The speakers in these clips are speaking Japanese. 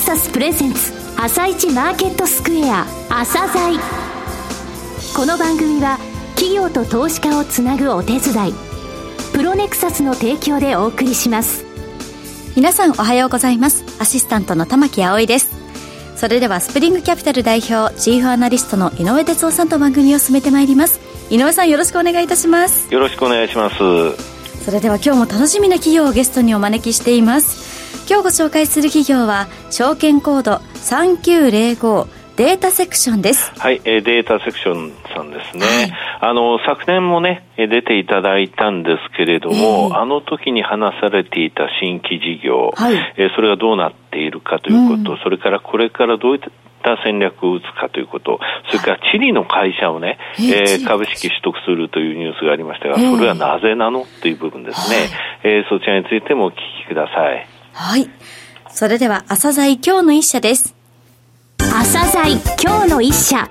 サスプレゼンツ朝市マーケットスクエア朝鮮。この番組は企業と投資家をつなぐお手伝い、プロネクサスの提供でお送りします。 皆さんおはようございます。アシスタントの玉木葵です。それではスプリングキャピタル代表チーフアナリストの井上哲夫さんと番組を進めてまいります。井上さん、よろしくお願いいたします。 よろしくお願いします。 それでは今日も楽しみな企業をゲストにお招きしています。今日ご紹介する企業は証券コード3905データセクションです。 はい、データセクションさんですね。昨年もね出ていただいたんですけれども、あの時に話されていた新規事業、それがどうなっているかということ、それからこれからどういった戦略を打つかということ、それからチリの会社をね、株式取得するというニュースがありましたが、それはなぜなのという部分ですね。そちらについてもお聞きください。 はい。それでは朝鮮今日の一社です。 朝鮮今日の一社。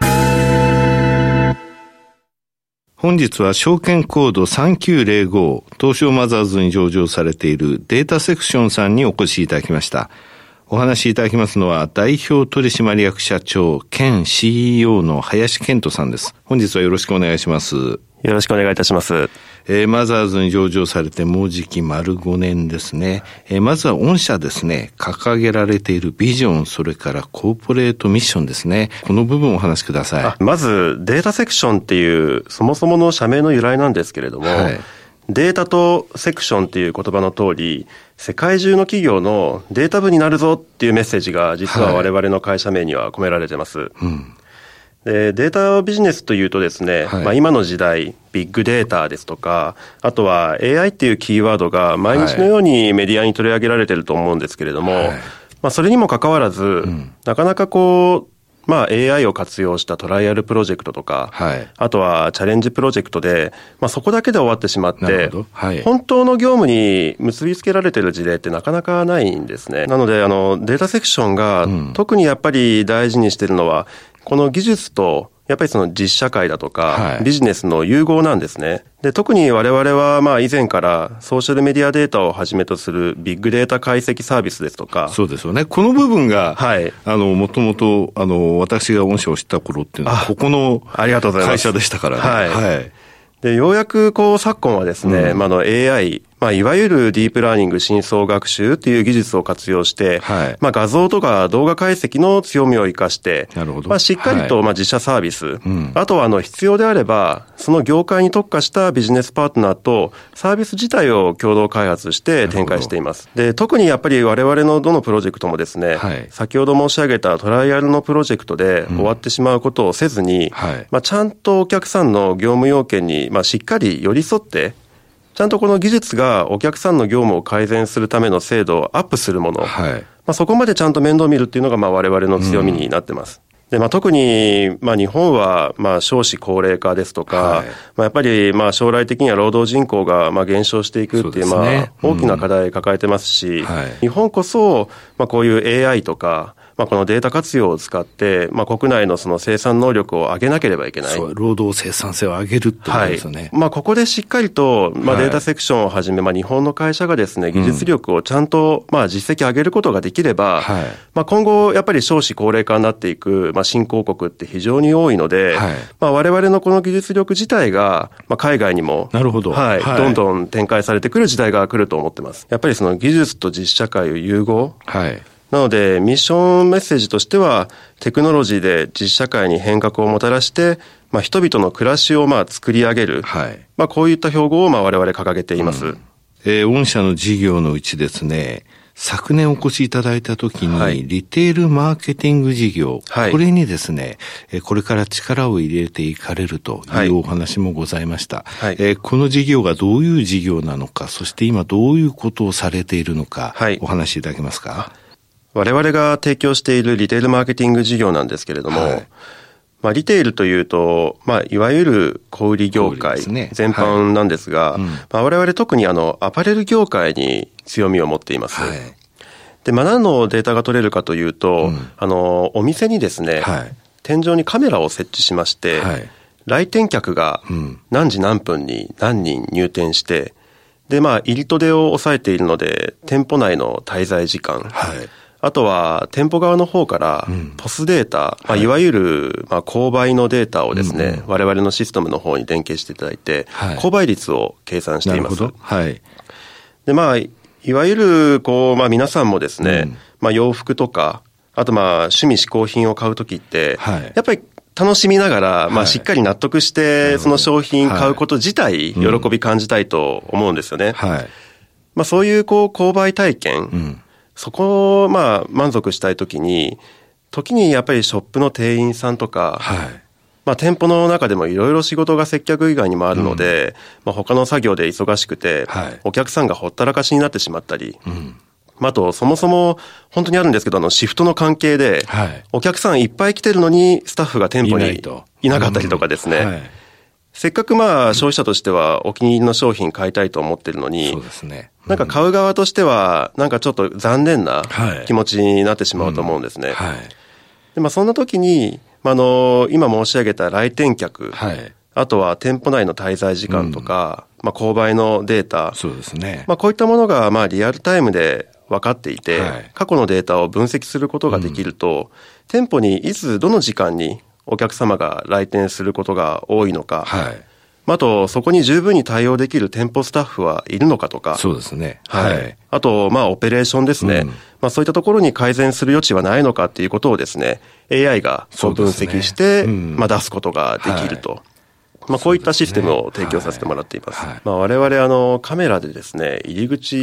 本日は証券コード3905東証マザーズに上場されているデータセクションさんにお越しいただきました。お話しいただきますのは代表取締役社長兼 CEO の林健人さんです。本日はよろしくお願いします。 よろしくお願いいたします。 マザーズに上場されてもうじき丸5年ですね。まずは御社ですね、掲げられているビジョン、それからコーポレートミッションですね。この部分をお話しください。 まずデータセクションっていうそもそもの社名の由来なんですけれども、データとセクションっていう言葉の通り、世界中の企業のデータ部になるぞっていうメッセージが実は我々の会社名には込められてます。でデータビジネスというとですね、今の時代ビッグデータですとか、あとは AI っていうキーワードが毎日のようにメディアに取り上げられていると思うんですけれども、それにもかかわらず、なかなかAI を活用したトライアルプロジェクトとか、あとはチャレンジプロジェクトで、そこだけで終わってしまって、本当の業務に結びつけられている事例ってなかなかないんですね。なのでデータセクションが特にやっぱり大事にしているのは、この技術とやっぱりその実社会だとか、ビジネスの融合なんですね。で、特に我々は以前からソーシャルメディアデータをはじめとするビッグデータ解析サービスですとか。 そうですよね。この部分が、もともと私が御社を知った頃っていうのはここの会社でしたからね。で、ようやく昨今はですね、AI、いわゆるディープラーニング深層学習っていう技術を活用して、画像とか動画解析の強みを生かして、しっかりと自社サービス、あとは必要であれば、その業界に特化したビジネスパートナーとサービス自体を共同開発して展開しています。で、特にやっぱり我々のどのプロジェクトもですね、先ほど申し上げたトライアルのプロジェクトで終わってしまうことをせずに、ちゃんとお客さんの業務要件にしっかり寄り添って、ちゃんとこの技術がお客さんの業務を改善するための精度をアップするもの、そこまでちゃんと面倒を見るっていうのが我々の強みになってます。で、特に日本は少子高齢化ですとか、やっぱり将来的には労働人口が減少していくっていう大きな課題抱えてますし、日本こそこういう AI とかこのデータ活用を使って、国内のその生産能力を上げなければいけない。 そう、労働生産性を上げるってことですよね。 ここでしっかりと、データセクションをはじめ、日本の会社がですね、技術力をちゃんと、実績上げることができれば、今後、やっぱり少子高齢化になっていく、新興国って非常に多いので、我々のこの技術力自体が、海外にも、どんどん展開されてくる時代が来ると思ってます。やっぱりその技術と実社会を融合。なので、ミッションメッセージとしては、テクノロジーで実社会に変革をもたらして、人々の暮らしを作り上げる。こういった標語を我々掲げています。 御社の事業のうちですね、昨年お越しいただいたときに、リテールマーケティング事業、これにですね、これから力を入れていかれるというお話もございました。この事業がどういう事業なのか、そして今どういうことをされているのか、お話しいただけますか。 我々が提供しているリテールマーケティング事業なんですけれども、リテールというと、いわゆる小売業界全般なんですが、我々特にアパレル業界に強みを持っています。で、何のデータが取れるかというと、お店にですね、天井にカメラを設置しまして、来店客が何時何分に何人入店して、で、入りと出を抑えているので、店舗内の滞在時間、 あとは店舗側の方からポスデータ、いわゆる購買のデータをですね、我々のシステムの方に連携していただいて、購買率を計算しています。なるほど。はい。で、いわゆる皆さんもですね、洋服とか、あと趣味嗜好品を買うときって、やっぱり楽しみながら、しっかり納得して、その商品買うこと自体、喜び感じたいと思うんですよね。そういう購買体験、そこを満足したいときにやっぱりショップの店員さんとか、店舗の中でもいろいろ仕事が接客以外にもあるので、他の作業で忙しくて、お客さんがほったらかしになってしまったり、あとそもそも本当にあるんですけど、シフトの関係で、お客さんいっぱい来てるのにスタッフが店舗にいなかったりとかですね。せっかく消費者としてはお気に入りの商品買いたいと思ってるのに、そうですね。なんか買う側としては、なんかちょっと残念な気持ちになってしまうと思うんですね。で、そんな時に、今申し上げた来店客、あとは店舗内の滞在時間とか、購買のデータ、そうですね。こういったものがリアルタイムで分かっていて、過去のデータを分析することができると、店舗にいつどの時間にお客様が来店することが多いのか、あと、そこに十分に対応できる店舗スタッフはいるのかとか。そうですね。あと、オペレーションですね。そういったところに改善する余地はないのかっていうことをですね、AI が分析して、出すことができると。こういったシステムを提供させてもらっています。我々カメラでですね、入り口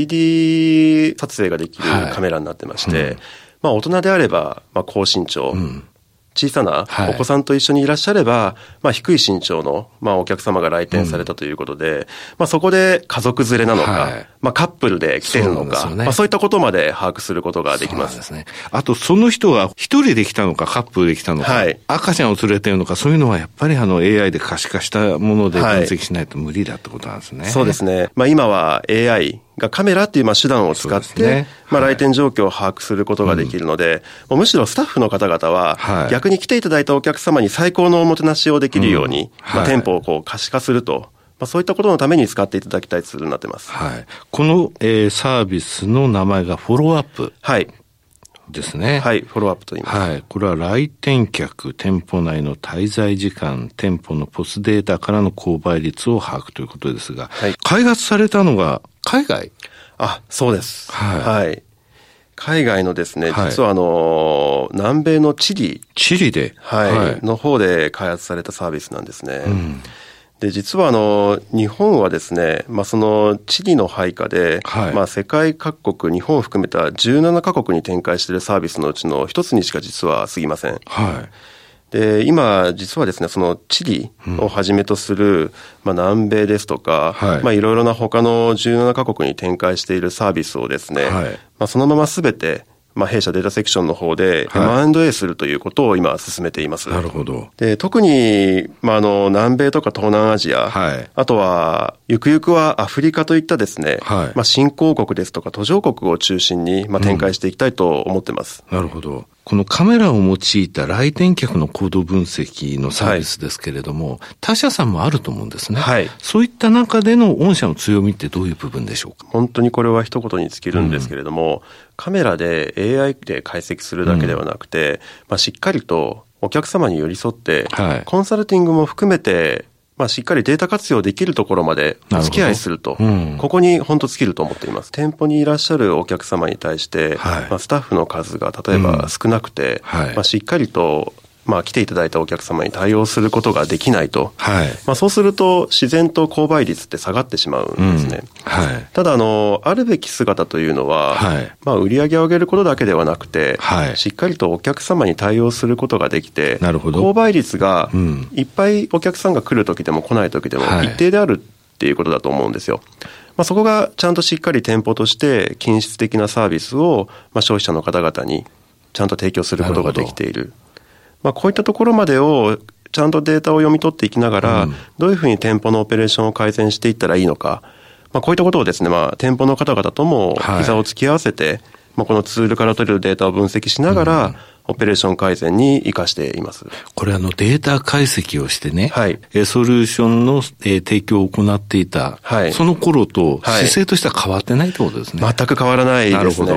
3D 撮影ができるカメラになってまして、大人であれば、高身長、小さなお子さんと一緒にいらっしゃれば、低い身長の、お客様が来店されたということで、そこで家族連れなのか、カップルで来てるのか、そういったことまで把握することができます。そうですね。 あと、その人が一人で来たのか、カップルで来たのか、赤ちゃんを連れてるのか、そういうのはやっぱりAI で可視化したもので分析しないと無理だってことなんですね。 そうですね。今は AI、がカメラっていう手段を使って、来店状況を把握することができるので、むしろスタッフの方々は、逆に来ていただいたお客様に最高のおもてなしをできるように、店舗を可視化すると、そういったことのために使っていただきたいツールになっています。 この、サービスの名前がフォローアップ。ですね。 フォローアップと言います。 これは来店客、店舗内の滞在時間、店舗のポスデータからの購買率を把握ということですが、開発されたのが海外？ そうです。海外のですね、実は南米のチリで、の方で開発されたサービスなんですね。で、実は日本はですね、そのチリの配下で、世界各国、日本を含めた17カ国に展開しているサービスのうちの一つにしか実は過ぎません。で、今、実はですね、そのチリをはじめとする、南米ですとか、いろいろな他の17カ国に展開しているサービスをですね、そのまますべて、弊社データセクションの方で M&A するということを今進めています。 なるほど。 で、特に、南米とか東南アジア、あとは、ゆくゆくはアフリカといったですね、新興国ですとか途上国を中心に、展開していきたいと思ってます。 なるほど。このカメラを用いた来店客の行動分析のサービスですけれども、他社さんもあると思うんですね。そういった中での御社の強みってどういう部分でしょうか？ 本当にこれは一言に尽きるんですけれども、カメラで AI で解析するだけではなくて、しっかりとお客様に寄り添って、コンサルティングも含めて、しっかりデータ活用できるところまでお付き合いすると、ここに本当尽きると思っています。店舗にいらっしゃるお客様に対して、スタッフの数が例えば少なくて、しっかりと来ていただいたお客様に対応することができないと、そうすると自然と購買率って下がってしまうんですね。ただあるべき姿というのは、売り上げを上げることだけではなくて、しっかりとお客様に対応することができて、購買率がいっぱいお客さんが来るときでも来ないときでも一定であるっていうことだと思うんですよ。そこがちゃんとしっかり店舗として均質的なサービスを消費者の方々にちゃんと提供することができている。こういったところまでをちゃんとデータを読み取っていきながら、どういうふうに店舗のオペレーションを改善していったらいいのか、こういったことをですね、店舗の方々とも膝を突き合わせて、このツールから取れるデータを分析しながら、オペレーション改善に生かしています。 これデータ解析をしてね、ソリューションの、提供を行っていた、その頃と姿勢としては変わってないってことですね。 全く変わらないですね。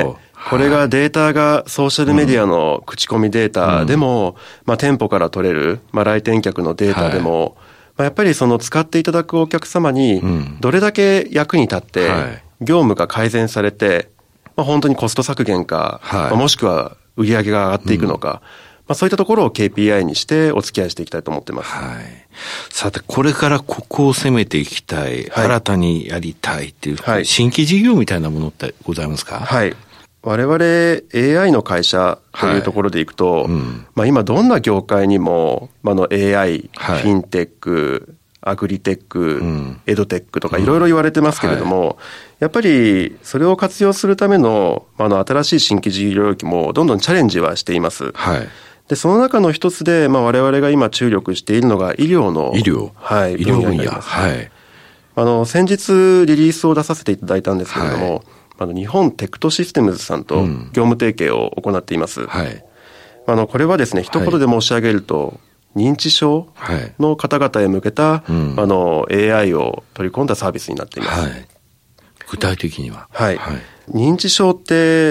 これがデータがソーシャルメディアの口コミデータでも、店舗から取れる、来店客のデータでも、やっぱりその使っていただくお客様にどれだけ役に立って業務が改善されて、本当にコスト削減か、もしくは売り上げが上がっていくのか、そういったところを KPI にしてお付き合いしていきたいと思っています。 さて、これからここを攻めていきたい、新たにやりたいっていう、新規事業みたいなものってございますか？ 我々 AI の会社というところでいくと、今どんな業界にも、AI、フィンテック、アグリテック、エドテックとかいろいろ言われてますけれども、やっぱりそれを活用するための、新しい新規事業領域もどんどんチャレンジはしています。で、その中の一つで、我々が今注力しているのが医療の、 医療分野。先日リリースを出させていただいたんですけれども、日本テクトシステムズさんと業務提携を行っています。これはですね、一言で申し上げると、認知症の方々へ向けた、AI を取り込んだサービスになっています。 具体的には、 認知症って、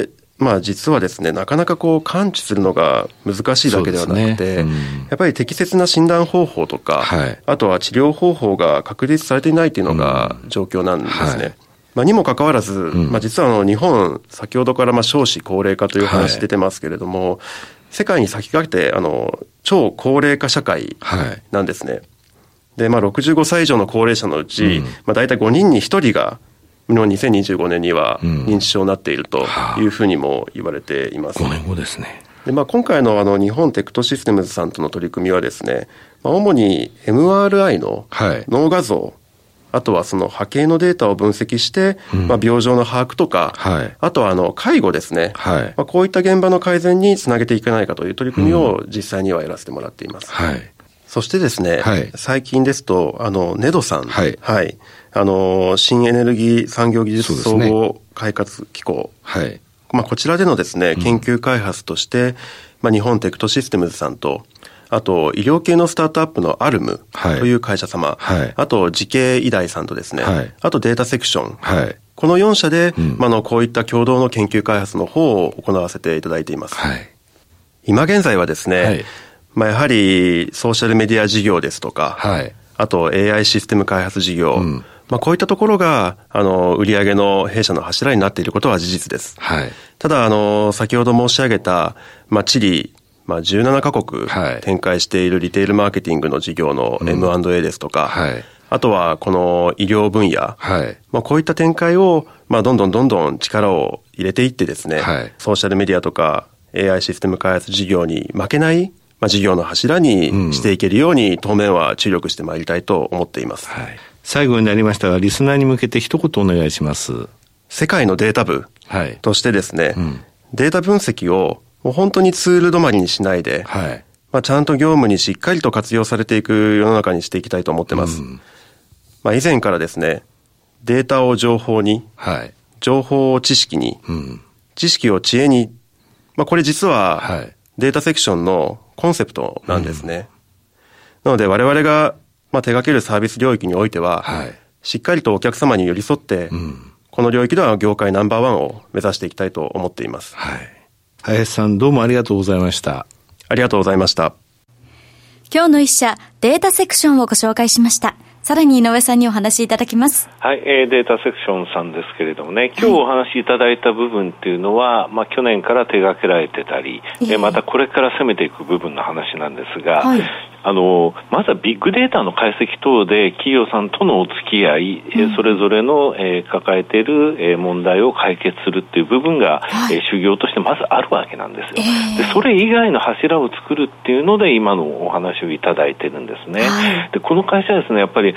実はですね、なかなか感知するのが難しいだけではなくて、やっぱり適切な診断方法とか、あとは治療方法が確立されていないというのが状況なんですね。にもかかわらず、実は日本、先ほどから少子高齢化という話出てますけれども、世界に先駆けて、超高齢化社会なんですね。で、65歳以上の高齢者のうち、大体5人に1人が、2025年には認知症になっているというふうにも言われています。 5年後ですね。 で、今回の日本テクトシステムズさんとの取り組みはですね、主に MRI の脳画像、あとはその波形のデータを分析して、病状の把握とか、あとは介護ですね、こういった現場の改善につなげていけないかという取り組みを実際にはやらせてもらっています。そしてですね、最近ですと、ネドさん、新エネルギー産業技術総合開発機構、こちらでのですね、研究開発として、日本テクトシステムズさんと、あと医療系のスタートアップのアルムという会社様、あと慈恵医大さんとですね、あとデータセクション、この4社で、こういった共同の研究開発の方を行わせていただいています。今現在はですね、やはりソーシャルメディア事業ですとか、あと AI システム開発事業、こういったところが売上の弊社の柱になっていることは事実です。ただ先ほど申し上げた、チリ17カ国展開しているリテールマーケティングの事業の M&A ですとか、あとはこの医療分野、こういった展開をどんどん力を入れていってですね、ソーシャルメディアとか AI システム開発事業に負けない事業の柱にしていけるように当面は注力してまいりたいと思っています。 最後になりましたが、リスナーに向けて一言お願いします。 世界のデータ部としてですね、データ分析をもう本当にツール止まりにしないで、ちゃんと業務にしっかりと活用されていく世の中にしていきたいと思ってます。以前からですね、データを情報に、情報を知識に、知識を知恵に、これ実はデータセクションのコンセプトなんですね。なので我々が手掛けるサービス領域においては、しっかりとお客様に寄り添って、この領域では業界ナンバーワンを目指していきたいと思っています。 林さん、どうもありがとうございました。 ありがとうございました。 今日の一社、データセクションをご紹介しました。さらに井上さんにお話しいただきます。 データセクションさんですけれどもね、今日お話しいただいた部分っていうのは、去年から手掛けられてたり、またこれから攻めていく部分の話なんですが、まずはビッグデータの解析等で企業さんとのお付き合い、それぞれの、抱えている、問題を解決するっていう部分が、修行としてまずあるわけなんですよ。で、それ以外の柱を作るっていうので今のお話をいただいてるんですね。で、この会社はですね、やっぱり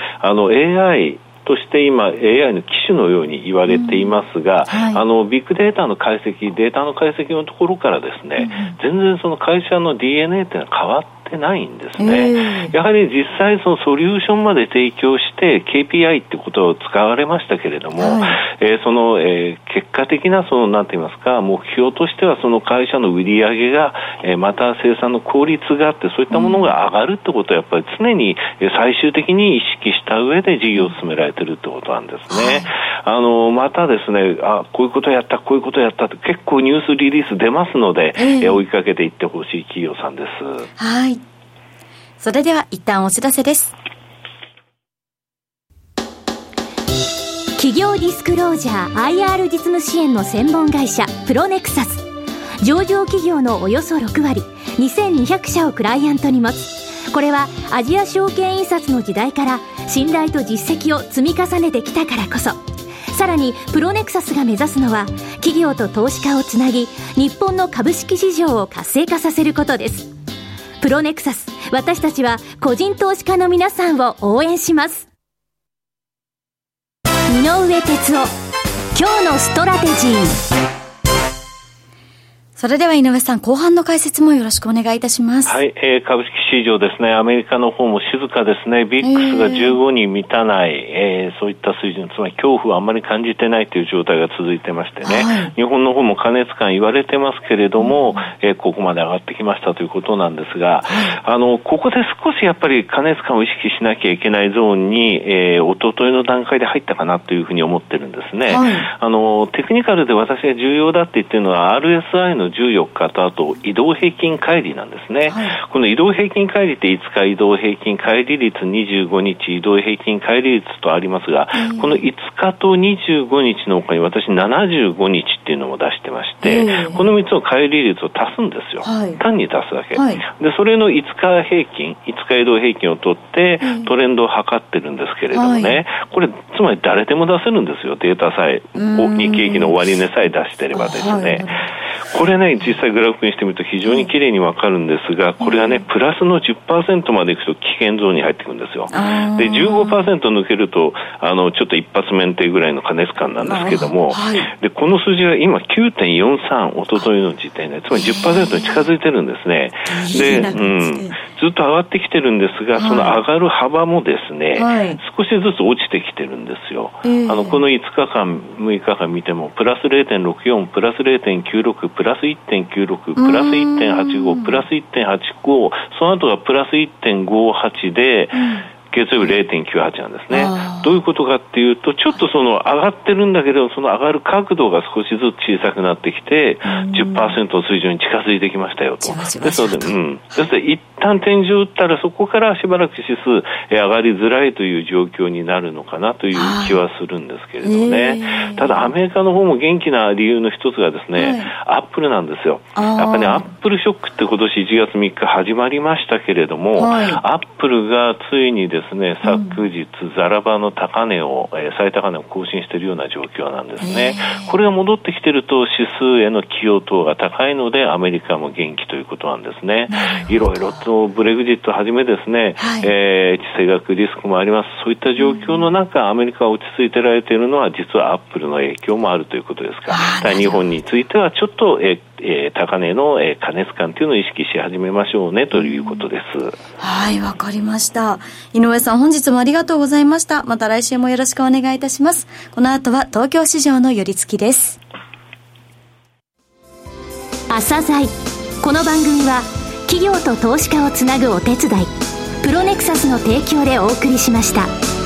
AIとして今 AI の機種のように言われていますが、ビッグデータの解析、データの解析のところからですね、全然その会社の DNA っていうのは変わってないんですね。やはり実際そのソリューションまで提供して KPI ってことを使われましたけれども、その、結果的なそのなんて言いますか、目標としてはその会社の売り上げが、また生産の効率があってそういったものが上がるってことはやっぱり常に最終的に意識した上で事業を進められているってことなんですね。 またですね、こういうことやった、こういうことやったって結構ニュースリリース出ますので、追いかけていってほしい企業さんです。 はい。それでは一旦お知らせです。 企業ディスクロージャー IR 実務支援の専門会社プロネクサス。上場企業のおよそ6割、2200社をクライアントに持つ。これはアジア証券印刷の時代から信頼と実績を積み重ねてきたからこそ。さらにプロネクサスが目指すのは企業と投資家をつなぎ、日本の株式市場を活性化させることです。プロネクサス、私たちは個人投資家の皆さんを応援します。井上哲夫、今日のストラテジー。 それでは井上さん、後半の解説もよろしくお願いいたします。 はい、株式市場ですね、アメリカの方も静かですね。ビックスが15に満たない、そういった水準、つまり恐怖はあんまり感じてないという状態が続いてましてね、はい、日本の方も過熱感言われてますけれども、ここまで上がってきましたということなんですが、ここで少しやっぱり過熱感を意識しなきゃいけないゾーンに、一昨日の段階で入ったかなというふうに思ってるんですね。はい、テクニカルで私が重要だって言ってるのは RSI の14日とあと移動平均乖離なんですね。はい、この移動平均乖離って5日移動平均乖離率、25日移動平均乖離率とありますが、この5日と25日の他に私75日っていうのも出してまして、この3つの乖離率を足すんですよ。はい、単に足すだけ。はい、で、それの5日平均、5日移動平均を取ってトレンドを測ってるんですけれどもね、これつまり誰でも出せるんですよ。データさえ、日経平均の終値さえ出してればですね。これね、実際グラフにしてみると非常に綺麗にわかるんですが、これがね、プラスの 10% までいくと危険ゾーンに入ってくるんですよ。で、15% 抜けると、ちょっと一発免停ぐらいの過熱感なんですけども、で、この数字は今 9.43、一昨日の時点で、つまり 10% に近づいてるんですね。で、ずっと上がってきてるんですが、その上がる幅もですね、少しずつ落ちてきてるんですよ。この5日間、6日間見ても、プラス 0.64、プラス 0.96、プラス 1.96、プラス 1.85、プラス 1.85、その後がプラス 1.58 で、月曜日 0.98 なんですね。どういうことかっていうと、ちょっとその上がってるんだけど、その上がる角度が少しずつ小さくなってきて、10% の水準に近づいてきましたよと。ですので、ですので一旦天井打ったらそこからしばらく指数上がりづらいという状況になるのかなという気はするんですけれどもね。ただアメリカの方も元気な理由の一つがですね、アップルなんですよ。やっぱりね、アップルショックって今年1月3日始まりましたけれども、アップルがついにですね、昨日ザラバの高値を、最高値を更新しているような状況なんですね。これが戻ってきていると指数への寄与等が高いのでアメリカも元気ということなんですね。いろいろとブレグジットはじめですね、地政学リスクもあります。そういった状況の中、アメリカが落ち着いてられているのは実はアップルの影響もあるということですから、日本についてはちょっと、高値の、過熱感というのを意識し始めましょうねということです。 はい、わかりました。井上さん、本日もありがとうございました。また来週もよろしくお願いいたします。この後は東京市場の寄り付きです。 朝鮮。この番組は企業と投資家をつなぐお手伝い、プロネクサスの提供でお送りしました。